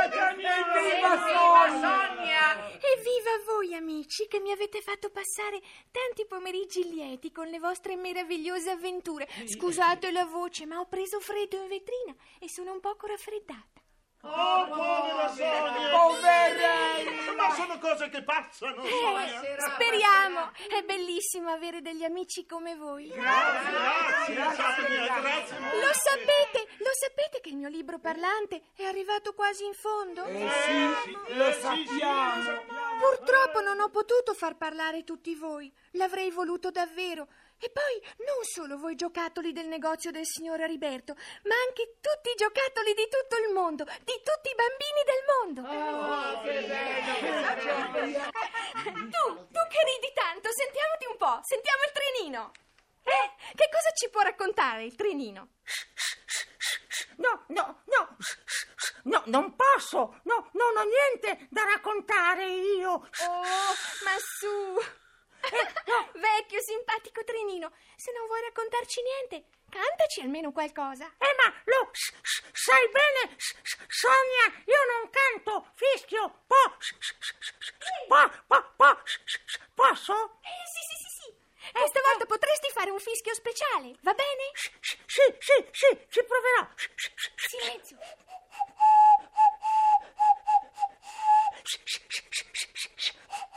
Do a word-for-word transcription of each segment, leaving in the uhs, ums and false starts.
Evviva Sonia! Evviva voi amici che mi avete fatto passare tanti pomeriggi lieti con le vostre meravigliose avventure. Scusate la voce, ma ho preso freddo in vetrina e sono un poco raffreddata. Oh, povera Sonia! Poverelli! Ma sono cose che passano, Sonia! Eh, speriamo! È bellissimo avere degli amici come voi. Grazie, grazie, Sonia, grazie. Lo sapete, lo sapete che il mio libro parlante è arrivato quasi in fondo? Eh sì, lo sappiamo. Purtroppo non ho potuto far parlare tutti voi. L'avrei voluto davvero. E poi non solo voi giocattoli del negozio del signor Ariberto, ma anche tutti i giocattoli di tutto il mondo, di tutti i bambini del mondo. Oh, che bello! Tu, tu che ridi tanto, sentiamoti un po', sentiamo il trenino. Eh, che cosa ci può raccontare il trenino? No, no, no, no, non posso, no, non ho niente da raccontare io. Oh, ma su... Vecchio simpatico trenino, se non vuoi raccontarci niente, cantaci almeno qualcosa. Eh, ma lo s- s- sai bene, s- s- Sonia, io non canto, fischio, po, s- s- s- po, po, po, s- s- posso? Eh, sì, sì, sì, sì. Questa volta potresti fare un fischio speciale, va bene? S- s- Sì, sì, sì, ci proverò. S- s- s- Silenzio. s- s- s- s- s- s-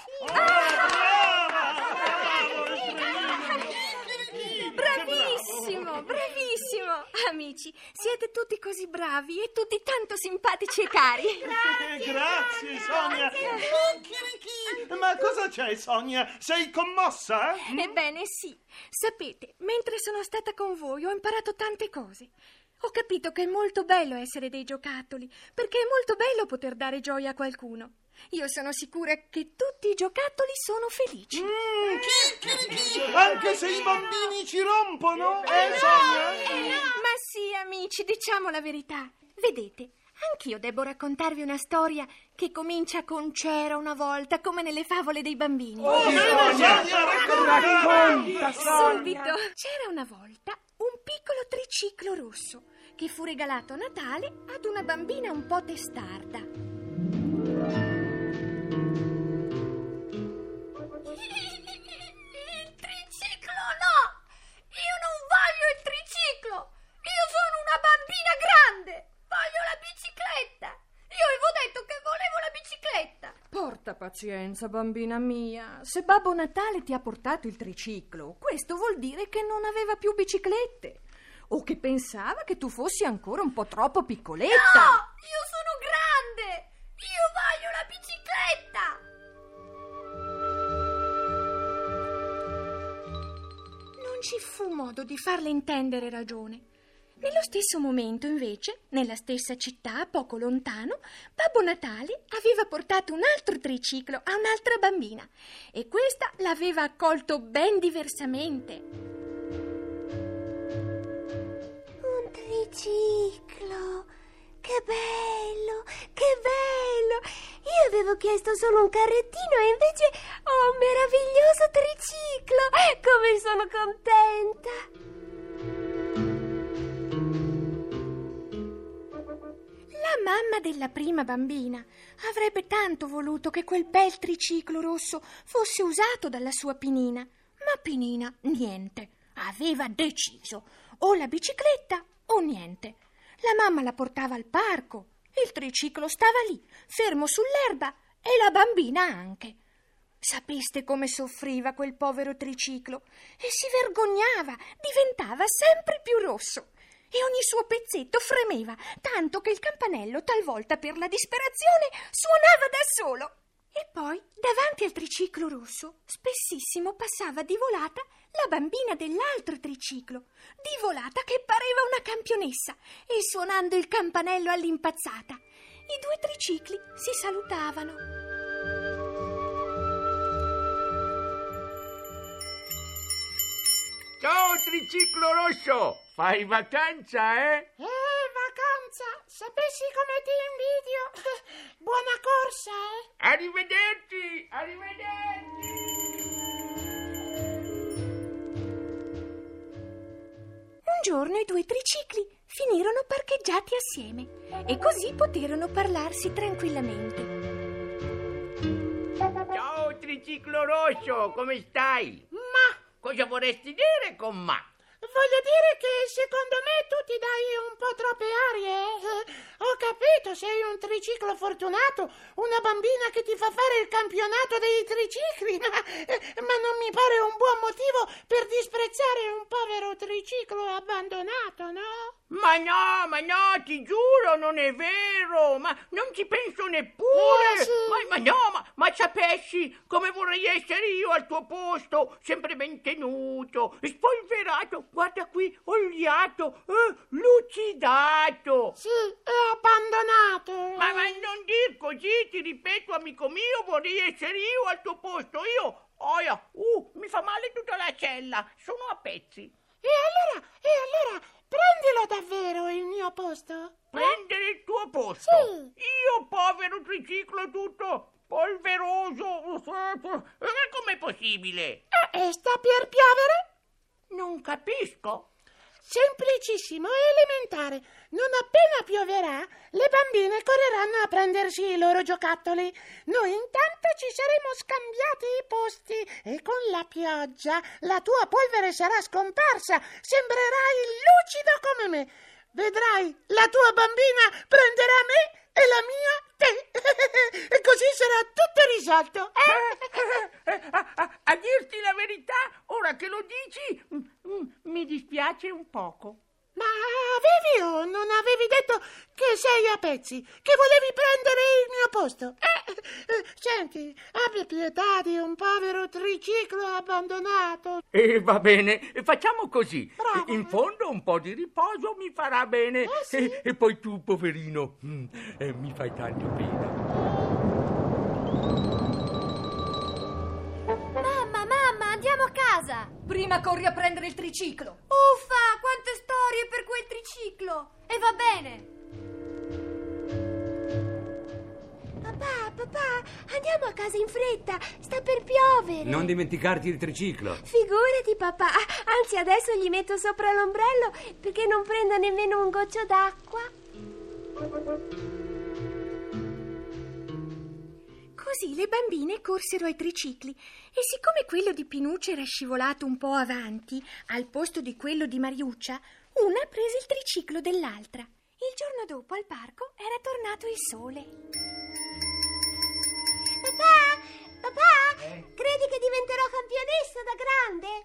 Bravissimo, bravissimo. Amici, siete tutti così bravi e tutti tanto simpatici e cari. Grazie, grazie Sonia. Ma cosa c'è, Sonia? Sei commossa? Ebbene sì, sapete, mentre sono stata con voi ho imparato tante cose. Ho capito che è molto bello essere dei giocattoli, perché è molto bello poter dare gioia a qualcuno. Io sono sicura che tutti i giocattoli sono felici. Mm, anche se i bambini ci rompono, eh, Sonia? Ma sì, amici, diciamo la verità. Vedete, anch'io devo raccontarvi una storia che comincia con c'era una volta, come nelle favole dei bambini. Oh, bene, Sonia, Racconta, Sonia! Subito. C'era una volta un piccolo triciclo rosso che fu regalato a Natale ad una bambina un po' testarda. Il triciclo no! Io non voglio il triciclo! Io sono una bambina grande! Voglio la bicicletta! Io avevo detto che volevo la bicicletta! Porta pazienza, bambina mia. Se Babbo Natale ti ha portato il triciclo, questo vuol dire che non aveva più biciclette. O che pensava che tu fossi ancora un po' troppo piccoletta. No! Io sono grande! Io voglio la bicicletta! Non ci fu modo di farle intendere ragione. Nello stesso momento, invece, nella stessa città, poco lontano, Babbo Natale aveva portato un altro triciclo a un'altra bambina e questa l'aveva accolto ben diversamente. Un triciclo! Che bello! Che bello! Io avevo chiesto solo un carrettino e invece ho un meraviglioso triciclo! Come sono contenta! La mamma della prima bambina avrebbe tanto voluto che quel bel triciclo rosso fosse usato dalla sua Pinina, ma Pinina niente, aveva deciso, o la bicicletta o niente. La mamma la portava al parco, il triciclo stava lì, fermo sull'erba, e la bambina anche. Sapeste come soffriva quel povero triciclo e si vergognava, diventava sempre più rosso. E ogni suo pezzetto fremeva, tanto che il campanello, talvolta per la disperazione, suonava da solo. E poi, davanti al triciclo rosso, spessissimo passava di volata la bambina dell'altro triciclo, di volata che pareva una campionessa, e suonando il campanello all'impazzata. I due tricicli si salutavano. Ciao triciclo rosso, fai vacanza, eh? Eh, vacanza, sapessi come ti invidio. Buona corsa, eh? Arrivederci, arrivederci. Un giorno i due tricicli finirono parcheggiati assieme e così poterono parlarsi tranquillamente. Ciao triciclo rosso, come stai? Ma Cosa vorresti dire con ma? voglio dire che secondo me tu ti dai un po' troppe arie. eh? Ho capito, sei un triciclo fortunato, una bambina che ti fa fare il campionato dei tricicli, ma, eh, ma non mi pare un buon motivo per disprezzare un povero triciclo abbandonato, no? Ma no, ma no, ti giuro, non è vero, ma non ci penso neppure. Eh, sì. ma, ma no, ma, ma sapessi come vorrei essere io al tuo posto, sempre ben tenuto, spolverato, guarda qui, oliato, eh, lucidato. Sì, è abbandonato. Ma, ma non dir così, ti ripeto, amico mio, vorrei essere io al tuo posto, io, oia, uh, mi fa male tutta la cella, sono a pezzi. E allora, e allora, prendilo davvero il mio posto? Prendere il tuo posto? Sì. Io, povero triciclo tutto polveroso, eh, com'è possibile? Eh, e sta per piovere? Non capisco. Semplicissimo, elementare. Non appena pioverà, le bambine correranno a prendersi i loro giocattoli. Noi intanto ci saremo scambiati i posti e con la pioggia la tua polvere sarà scomparsa. Sembrerai lucido come me. Vedrai, la tua bambina prenderà me e la mia te. E così sarà tutto risolto. Eh? Eh, a, a- a dirti la verità, ora che lo dici, mm, mm, mi dispiace un poco. Ma avevi o non avevi detto che sei a pezzi, che volevi prendere il mio posto? Eh, eh, senti, abbi pietà di un povero triciclo abbandonato. E va bene, facciamo così. Bravo. In fondo un po' di riposo mi farà bene. Eh, sì. e, e poi tu, poverino, mm, eh, mi fai tanto pena. Mamma, mamma, andiamo a casa! Prima corri a prendere il triciclo. Uffa, quante storie per quel triciclo! E va bene! Papà, papà, andiamo a casa in fretta, sta per piovere! Non dimenticarti il triciclo. Figurati, papà, anzi adesso gli metto sopra l'ombrello perché non prenda nemmeno un goccio d'acqua. Così le bambine corsero ai tricicli e siccome quello di Pinuccia era scivolato un po' avanti, al posto di quello di Mariuccia, una prese il triciclo dell'altra. Il giorno dopo al parco era tornato il sole. Papà, papà, credi che diventerò campionessa da grande?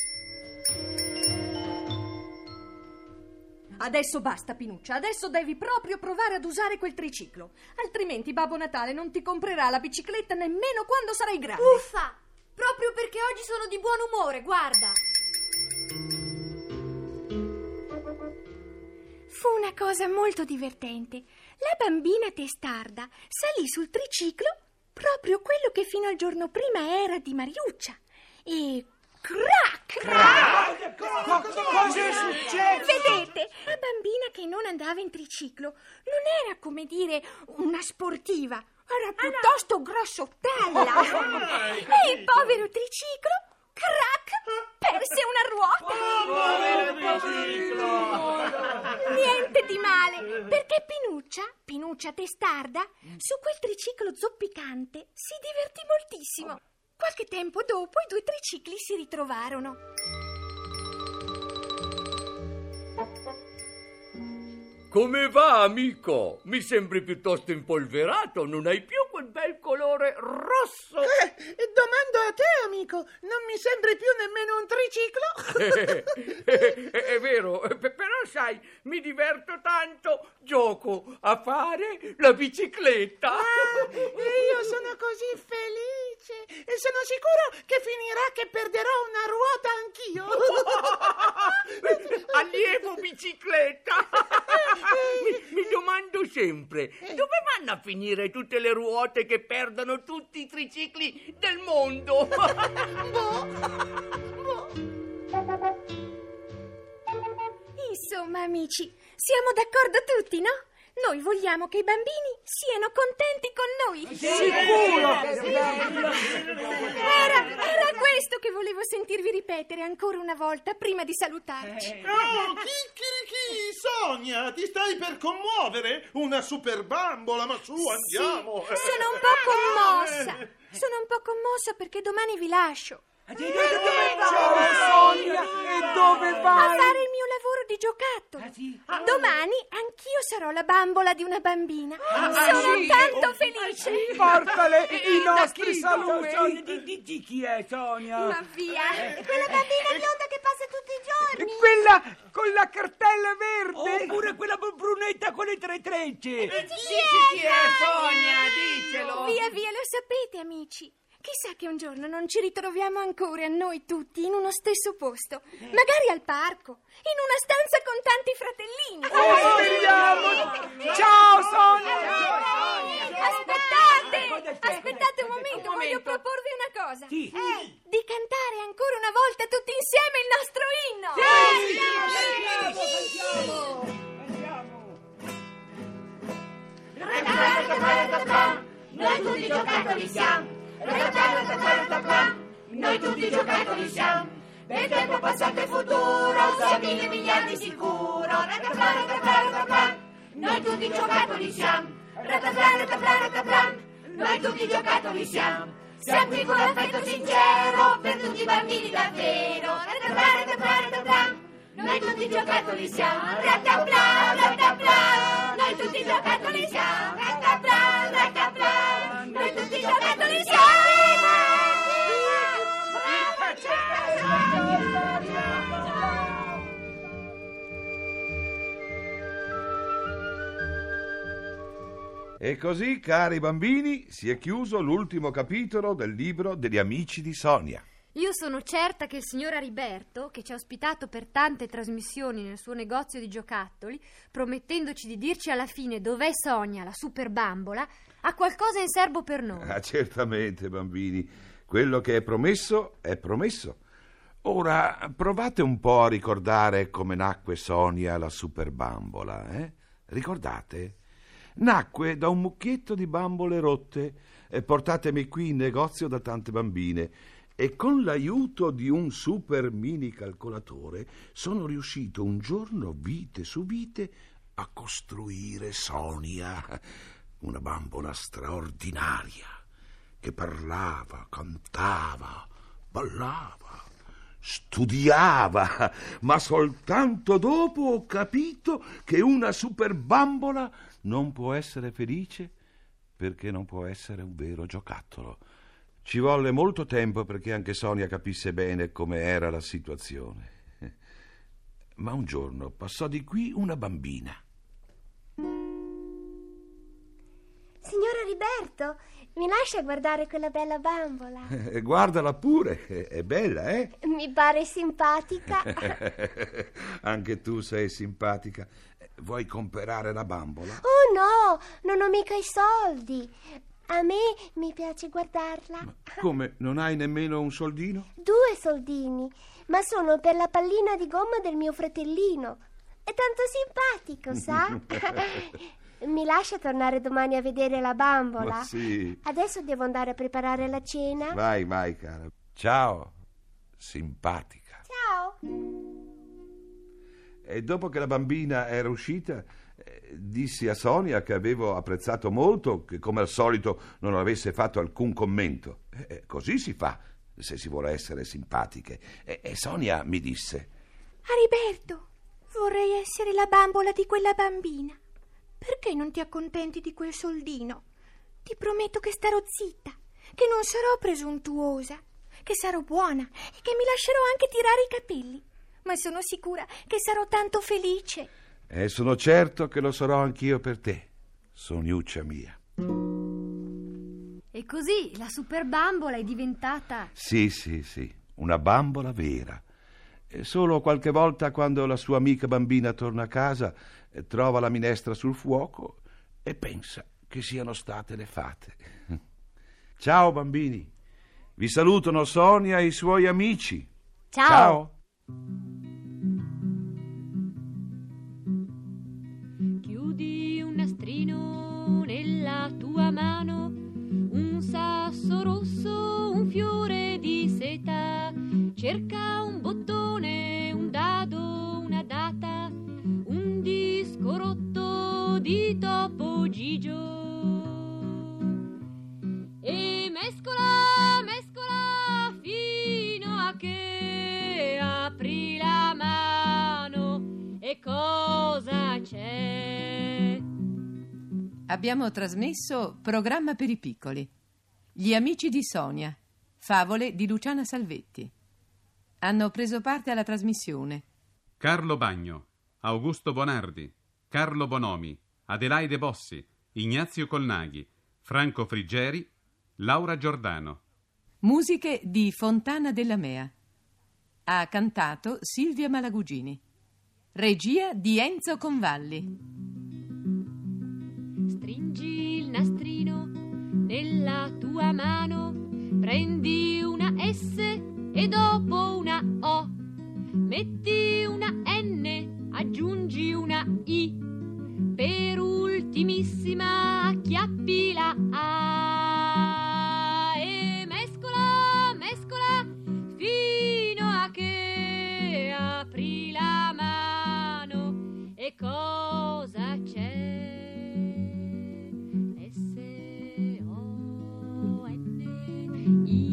Adesso basta, Pinuccia, adesso devi proprio provare ad usare quel triciclo, altrimenti Babbo Natale non ti comprerà la bicicletta nemmeno quando sarai grande. Uffa, proprio perché oggi sono di buon umore, guarda. Fu una cosa molto divertente. La bambina testarda salì sul triciclo, proprio quello che fino al giorno prima era di Mariuccia, e crack! Crack! Cosa è successo? Vedete, la bambina che non andava in triciclo non era, come dire, una sportiva, era piuttosto grossottella. E il povero triciclo, crack, perse una ruota. Niente di male, perché Pinuccia, Pinuccia testarda, su quel triciclo zoppicante si divertì moltissimo. Qualche tempo dopo i due tricicli si ritrovarono. Come va, amico? Mi sembri piuttosto impolverato, non hai più quel bel colore rosso. Eh, domando a te, amico, non mi sembri più nemmeno un triciclo? è, è vero, però sai, mi diverto tanto, gioco a fare la bicicletta. Ah, e io sono così felice e sono sicuro che finirà che perderò una ruota anch'io. Allievo bicicletta. mi, mi domando sempre, dove vanno a finire tutte le ruote che perdono tutti i tricicli del mondo? Boh, boh. Insomma, amici, siamo d'accordo tutti, no? Noi vogliamo che i bambini siano contenti con noi. Sicuro! Era, era questo quello che volevo sentirvi ripetere ancora una volta prima di salutarci. Oh, chicchirichì, Sonia, ti stai per commuovere? Una super bambola, ma su, andiamo. Sono un po' commossa. Sono un po' commossa perché domani vi lascio. Ciao Sonia, e dove A vai? fare il mio lavoro di giocattolo. Ah, sì? Domani anch'io sarò la bambola di una bambina. Ah, Sono sì? tanto felice. Portale i da nostri chi saluti. saluti? Di, di, di chi è Sonia? Ma via. Quella bambina bionda che passa tutti i giorni. Quella con la cartella verde? Oppure quella brunetta con le tre trecce. Chi è, Sonia? Dicelo. Via via, lo sapete, amici. Chissà che un giorno non ci ritroviamo ancora noi tutti in uno stesso posto. Magari al parco, in una stanza con tanti fratellini. Oh, speriamo! Ciao Sonia! Aspettate! Aspettate un momento, Un voglio momento. proporvi una cosa. Sì. Eh, di cantare ancora una volta tutti insieme il nostro inno. Noi tutti giocattoli siamo. Noi tutti giocattoli siamo. Del tempo passato e futuro, sei mille miliardi sicuro. Rataplan, rataplan, rataplan. Noi tutti giocattoli siamo. Rataplan, rataplan, rataplan. Noi tutti giocattoli siamo. Siamo qui con affetto sincero per tutti i bambini davvero. Rataplan, rataplan, rataplan. Noi tutti giocattoli siamo. Rataplan, rataplan. Noi tutti giocattoli siamo. Rataplan, rataplan. Noi tutti giocattoli siamo. E così, cari bambini, si è chiuso l'ultimo capitolo del libro degli amici di Sonia. Io sono certa che il signor Ariberto, che ci ha ospitato per tante trasmissioni nel suo negozio di giocattoli, promettendoci di dirci alla fine dov'è Sonia, la super bambola, ha qualcosa in serbo per noi. Ah, certamente, bambini, quello che è promesso è promesso. Ora provate un po' a ricordare come nacque Sonia, la super bambola, eh? Ricordate? Nacque da un mucchietto di bambole rotte, eh, portatemi qui in negozio da tante bambine, e con l'aiuto di un super mini calcolatore sono riuscito un giorno, vite su vite, a costruire Sonia, una bambola straordinaria, che parlava, cantava, ballava, studiava, ma soltanto dopo ho capito che una super bambola non può essere felice perché non può essere un vero giocattolo. Ci volle molto tempo perché anche Sonia capisse bene come era la situazione. Ma un giorno passò di qui una bambina. Signor Ariberto, mi lascia guardare quella bella bambola? Eh, guardala pure, è, è bella, eh? Mi pare simpatica. Anche tu sei simpatica. Vuoi comprare la bambola? Oh no, non ho mica i soldi. A me mi piace guardarla. Ma come, non hai nemmeno un soldino? Due soldini, ma sono per la pallina di gomma del mio fratellino. È tanto simpatico, sa? Mi lascia tornare domani a vedere la bambola? Ma sì. Adesso devo andare a preparare la cena. Vai, vai, cara. Ciao, simpatica. Ciao. E dopo che la bambina era uscita, eh, dissi a Sonia che avevo apprezzato molto che, come al solito, non avesse fatto alcun commento. Eh, così si fa, se si vuole essere simpatiche. E, e Sonia mi disse: Ariberto, vorrei essere la bambola di quella bambina. Perché non ti accontenti di quel soldino? Ti prometto che starò zitta, che non sarò presuntuosa, che sarò buona e che mi lascerò anche tirare i capelli. Ma sono sicura che sarò tanto felice. E sono certo che lo sarò anch'io per te, Soniuccia mia. E così la super bambola è diventata... Sì, sì, sì, una bambola vera. E solo qualche volta, quando la sua amica bambina torna a casa, eh, trova la minestra sul fuoco e pensa che siano state le fate. Ciao bambini, vi salutano Sonia e i suoi amici. Ciao. Ciao. Chiudi un nastrino nella tua mano, un sasso rosso, un fiore di seta, cerca un bottone, un dado, una data, un disco rotto di Topo Gigio. E mescola, mescola fino a che apri la mano. E cosa c'è? Abbiamo trasmesso Programma per i piccoli. Gli amici di Sonia. Favole di Luciana Salvetti. Hanno preso parte alla trasmissione Carlo Bagno, Augusto Bonardi, Carlo Bonomi, Adelaide Bossi, Ignazio Colnaghi, Franco Friggeri, Laura Giordano. Musiche di Fontana della Mea. Ha cantato Silvia Malagugini. Regia di Enzo Convalli. Stringi il nastrino nella tua mano, prendi una S e dopo una O, metti una N, aggiungi una I, per ultimissima acchiappi la A e mescola, mescola fino a che apri la mano. E cosa c'è? S O N I